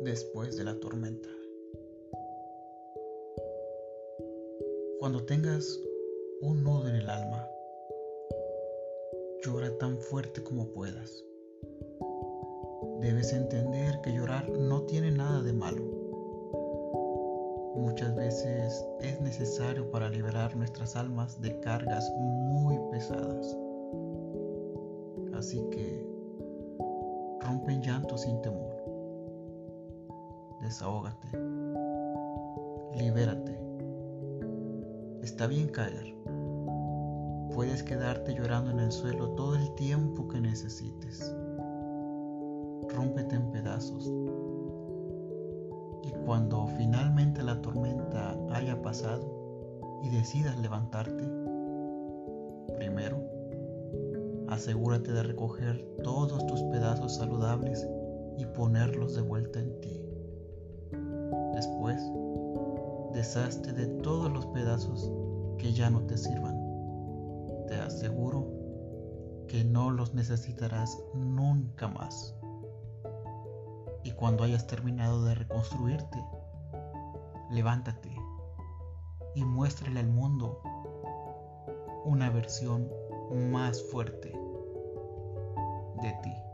después de la tormenta. Cuando tengas un nudo en el alma, llora tan fuerte como puedas. Debes entender que llorar no tiene nada de malo. Muchas veces es necesario para liberar nuestras almas de cargas muy pesadas. Así que rompe en llanto sin temor. Desahógate. Libérate. Está bien caer. Puedes quedarte llorando en el suelo todo el tiempo que necesites. Rómpete en pedazos. Y cuando finalmente la tormenta haya pasado y decidas levantarte, primero, asegúrate de recoger todos tus pedazos saludables y ponerlos de vuelta en ti. Después, deshazte de todos los pedazos que ya no te sirvan. Te aseguro que no los necesitarás nunca más. Y cuando hayas terminado de reconstruirte, levántate y muéstrale al mundo una versión más fuerte de ti.